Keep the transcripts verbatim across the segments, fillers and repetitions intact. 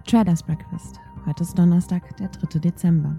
Traders Breakfast. Heute ist Donnerstag, der dritte Dezember.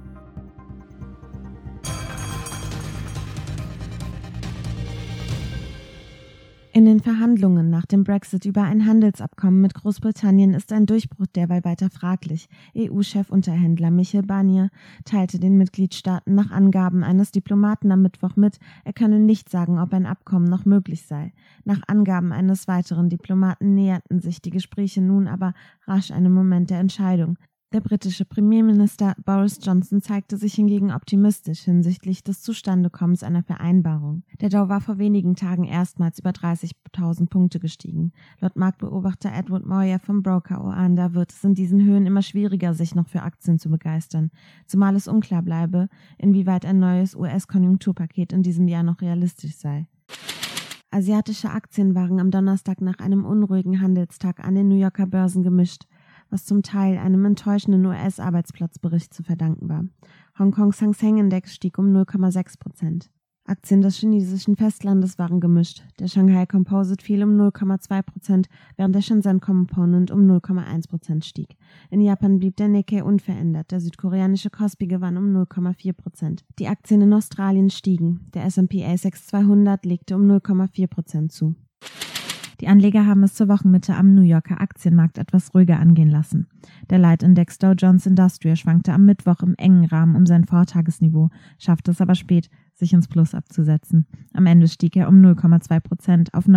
In den Verhandlungen nach dem Brexit über ein Handelsabkommen mit Großbritannien ist ein Durchbruch derweil weiter fraglich. E U-Chefunterhändler Michel Barnier teilte den Mitgliedstaaten nach Angaben eines Diplomaten am Mittwoch mit, er könne nicht sagen, ob ein Abkommen noch möglich sei. Nach Angaben eines weiteren Diplomaten näherten sich die Gespräche nun aber rasch einem Moment der Entscheidung. Der britische Premierminister Boris Johnson zeigte sich hingegen optimistisch hinsichtlich des Zustandekommens einer Vereinbarung. Der Dow war vor wenigen Tagen erstmals über dreißigtausend Punkte gestiegen. Laut Marktbeobachter Edward Moyer vom Broker Oanda wird es in diesen Höhen immer schwieriger, sich noch für Aktien zu begeistern, zumal es unklar bleibe, inwieweit ein neues U S-Konjunkturpaket in diesem Jahr noch realistisch sei. Asiatische Aktien waren am Donnerstag nach einem unruhigen Handelstag an den New Yorker Börsen gemischt, was zum Teil einem enttäuschenden U S-Arbeitsplatzbericht zu verdanken war. Hongkongs Hang Seng Index stieg um null Komma sechs Prozent. Aktien des chinesischen Festlandes waren gemischt. Der Shanghai Composite fiel um null Komma zwei Prozent, während der Shenzhen Component um null Komma eins Prozent stieg. In Japan blieb der Nikkei unverändert. Der südkoreanische Kospi gewann um null Komma vier Prozent. Die Aktien in Australien stiegen. Der S and P A S X zweihundert legte um null Komma vier Prozent zu. Die Anleger haben es zur Wochenmitte am New Yorker Aktienmarkt etwas ruhiger angehen lassen. Der Leitindex Dow Jones Industrial schwankte am Mittwoch im engen Rahmen um sein Vortagesniveau, schaffte es aber spät, sich ins Plus abzusetzen. Am Ende stieg er um null Komma zwei Prozent auf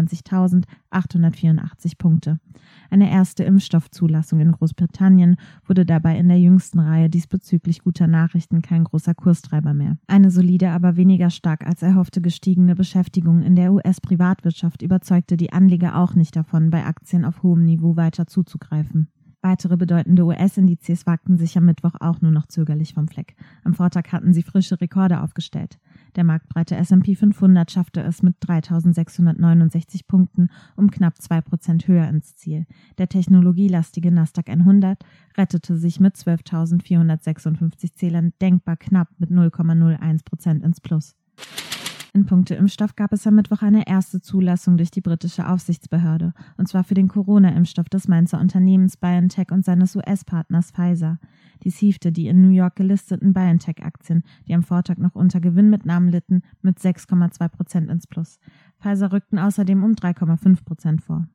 neunundzwanzigtausendachthundertvierundachtzig Punkte. Eine erste Impfstoffzulassung in Großbritannien wurde dabei in der jüngsten Reihe diesbezüglich guter Nachrichten kein großer Kurstreiber mehr. Eine solide, aber weniger stark als erhoffte gestiegene Beschäftigung in der U S-Privatwirtschaft überzeugte die Anleger auch nicht davon, bei Aktien auf hohem Niveau weiter zuzugreifen. Weitere bedeutende U S-Indizes wagten sich am Mittwoch auch nur noch zögerlich vom Fleck. Am Vortag hatten sie frische Rekorde aufgestellt. Der marktbreite S and P fünfhundert schaffte es mit dreitausendsechshundertneunundsechzig Punkten um knapp zwei Prozent höher ins Ziel. Der technologielastige Nasdaq hundert rettete sich mit zwölftausendvierhundertsechsundfünfzig Zählern denkbar knapp mit null Komma null eins Prozent ins Plus. In puncto Impfstoff gab es am Mittwoch eine erste Zulassung durch die britische Aufsichtsbehörde, und zwar für den Corona-Impfstoff des Mainzer Unternehmens BioNTech und seines U S-Partners Pfizer. Dies hiefte die in New York gelisteten BioNTech-Aktien, die am Vortag noch unter Gewinnmitnahmen litten, mit sechs Komma zwei Prozent ins Plus. Pfizer rückten außerdem um drei Komma fünf Prozent vor.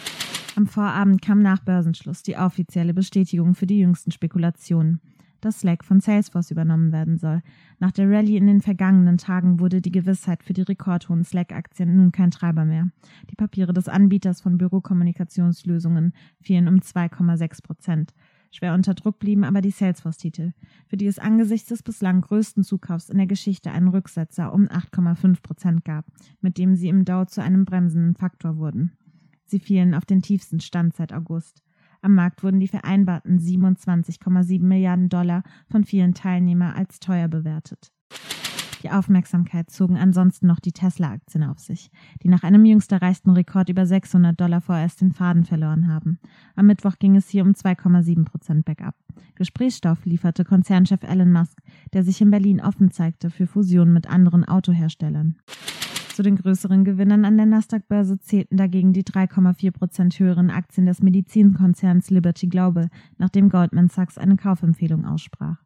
Am Vorabend kam nach Börsenschluss die offizielle Bestätigung für die jüngsten Spekulationen, dass Slack von Salesforce übernommen werden soll. Nach der Rallye in den vergangenen Tagen wurde die Gewissheit für die rekordhohen Slack-Aktien nun kein Treiber mehr. Die Papiere des Anbieters von Bürokommunikationslösungen fielen um zwei Komma sechs Prozent. Schwer unter Druck blieben aber die Salesforce-Titel, für die es angesichts des bislang größten Zukaufs in der Geschichte einen Rücksetzer um acht Komma fünf Prozent gab, mit dem sie im Dow zu einem bremsenden Faktor wurden. Sie fielen auf den tiefsten Stand seit August. Am Markt wurden die vereinbarten siebenundzwanzig Komma sieben Milliarden Dollar von vielen Teilnehmern als teuer bewertet. Die Aufmerksamkeit zogen ansonsten noch die Tesla-Aktien auf sich, die nach einem jüngst erreichten Rekord über sechshundert Dollar vorerst den Faden verloren haben. Am Mittwoch ging es hier um zwei Komma sieben Prozent bergab. Gesprächsstoff lieferte Konzernchef Elon Musk, der sich in Berlin offen zeigte für Fusionen mit anderen Autoherstellern. Zu den größeren Gewinnern an der Nasdaq-Börse zählten dagegen die drei Komma vier Prozent höheren Aktien des Medizinkonzerns Liberty Global, nachdem Goldman Sachs eine Kaufempfehlung aussprach.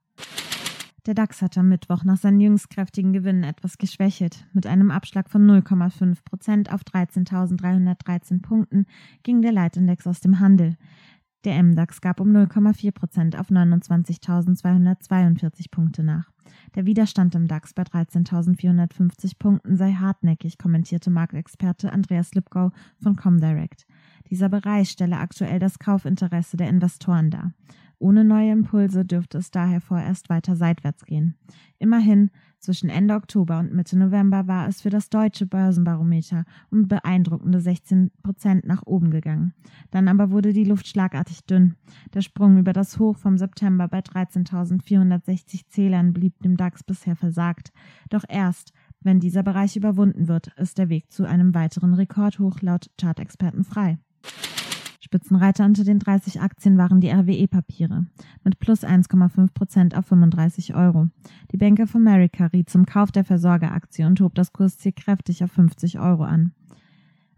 Der DAX hatte am Mittwoch nach seinen jüngst kräftigen Gewinnen etwas geschwächelt. Mit einem Abschlag von null Komma fünf Prozent auf dreizehntausenddreihundertdreizehn Punkten ging der Leitindex aus dem Handel. Der M DAX gab um null Komma vier Prozent auf neunundzwanzigtausendzweihundertzweiundvierzig Punkte nach. Der Widerstand im DAX bei dreizehntausendvierhundertfünfzig Punkten sei hartnäckig, kommentierte Marktexperte Andreas Lipkow von Comdirect. Dieser Bereich stelle aktuell das Kaufinteresse der Investoren dar. Ohne neue Impulse dürfte es daher vorerst weiter seitwärts gehen. Immerhin, zwischen Ende Oktober und Mitte November war es für das deutsche Börsenbarometer um beeindruckende sechzehn Prozent nach oben gegangen. Dann aber wurde die Luft schlagartig dünn. Der Sprung über das Hoch vom September bei dreizehntausendvierhundertsechzig Zählern blieb dem DAX bisher versagt. Doch erst, wenn dieser Bereich überwunden wird, ist der Weg zu einem weiteren Rekordhoch laut Chartexperten frei. Spitzenreiter unter den dreißig Aktien waren die R W E-Papiere mit plus eins Komma fünf Prozent auf fünfunddreißig Euro. Die Bank of America riet zum Kauf der Versorgeraktie und hob das Kursziel kräftig auf fünfzig Euro an.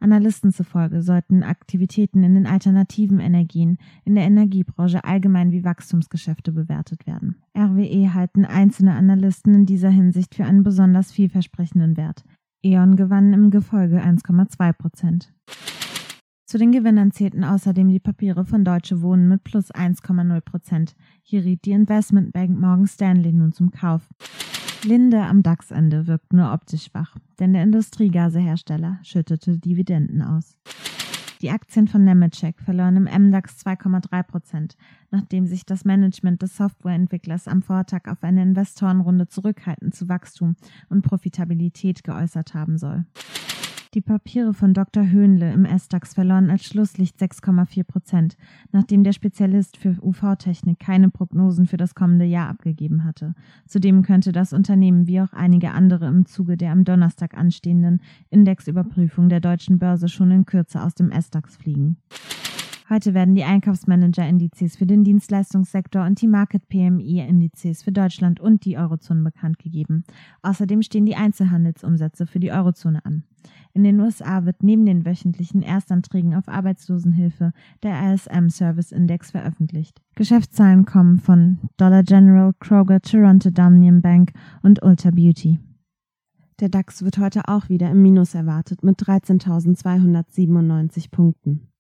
Analysten zufolge sollten Aktivitäten in den alternativen Energien in der Energiebranche allgemein wie Wachstumsgeschäfte bewertet werden. R W E halten einzelne Analysten in dieser Hinsicht für einen besonders vielversprechenden Wert. E.ON gewann im Gefolge eins Komma zwei Prozent. Zu den Gewinnern zählten außerdem die Papiere von Deutsche Wohnen mit plus eins Komma null Prozent. Hier riet die Investmentbank Morgan Stanley nun zum Kauf. Linde am DAX-Ende wirkt nur optisch schwach, denn der Industriegasehersteller schüttete Dividenden aus. Die Aktien von Nemetschek verloren im M DAX zwei Komma drei Prozent, nachdem sich das Management des Softwareentwicklers am Vortag auf eine Investorenrunde zurückhaltend zu Wachstum und Profitabilität geäußert haben soll. Die Papiere von Doktor Höhnle im S DAX verloren als Schlusslicht sechs Komma vier Prozent, nachdem der Spezialist für U V-Technik keine Prognosen für das kommende Jahr abgegeben hatte. Zudem könnte das Unternehmen wie auch einige andere im Zuge der am Donnerstag anstehenden Indexüberprüfung der deutschen Börse schon in Kürze aus dem S DAX fliegen. Heute werden die Einkaufsmanager-Indizes für den Dienstleistungssektor und die Market-P M I-Indizes für Deutschland und die Eurozone bekannt gegeben. Außerdem stehen die Einzelhandelsumsätze für die Eurozone an. In den U S A wird neben den wöchentlichen Erstanträgen auf Arbeitslosenhilfe der I S M Service Index veröffentlicht. Geschäftszahlen kommen von Dollar General, Kroger, Toronto Dominion Bank und Ulta Beauty. Der DAX wird heute auch wieder im Minus erwartet mit dreizehntausendzweihundertsiebenundneunzig Punkten.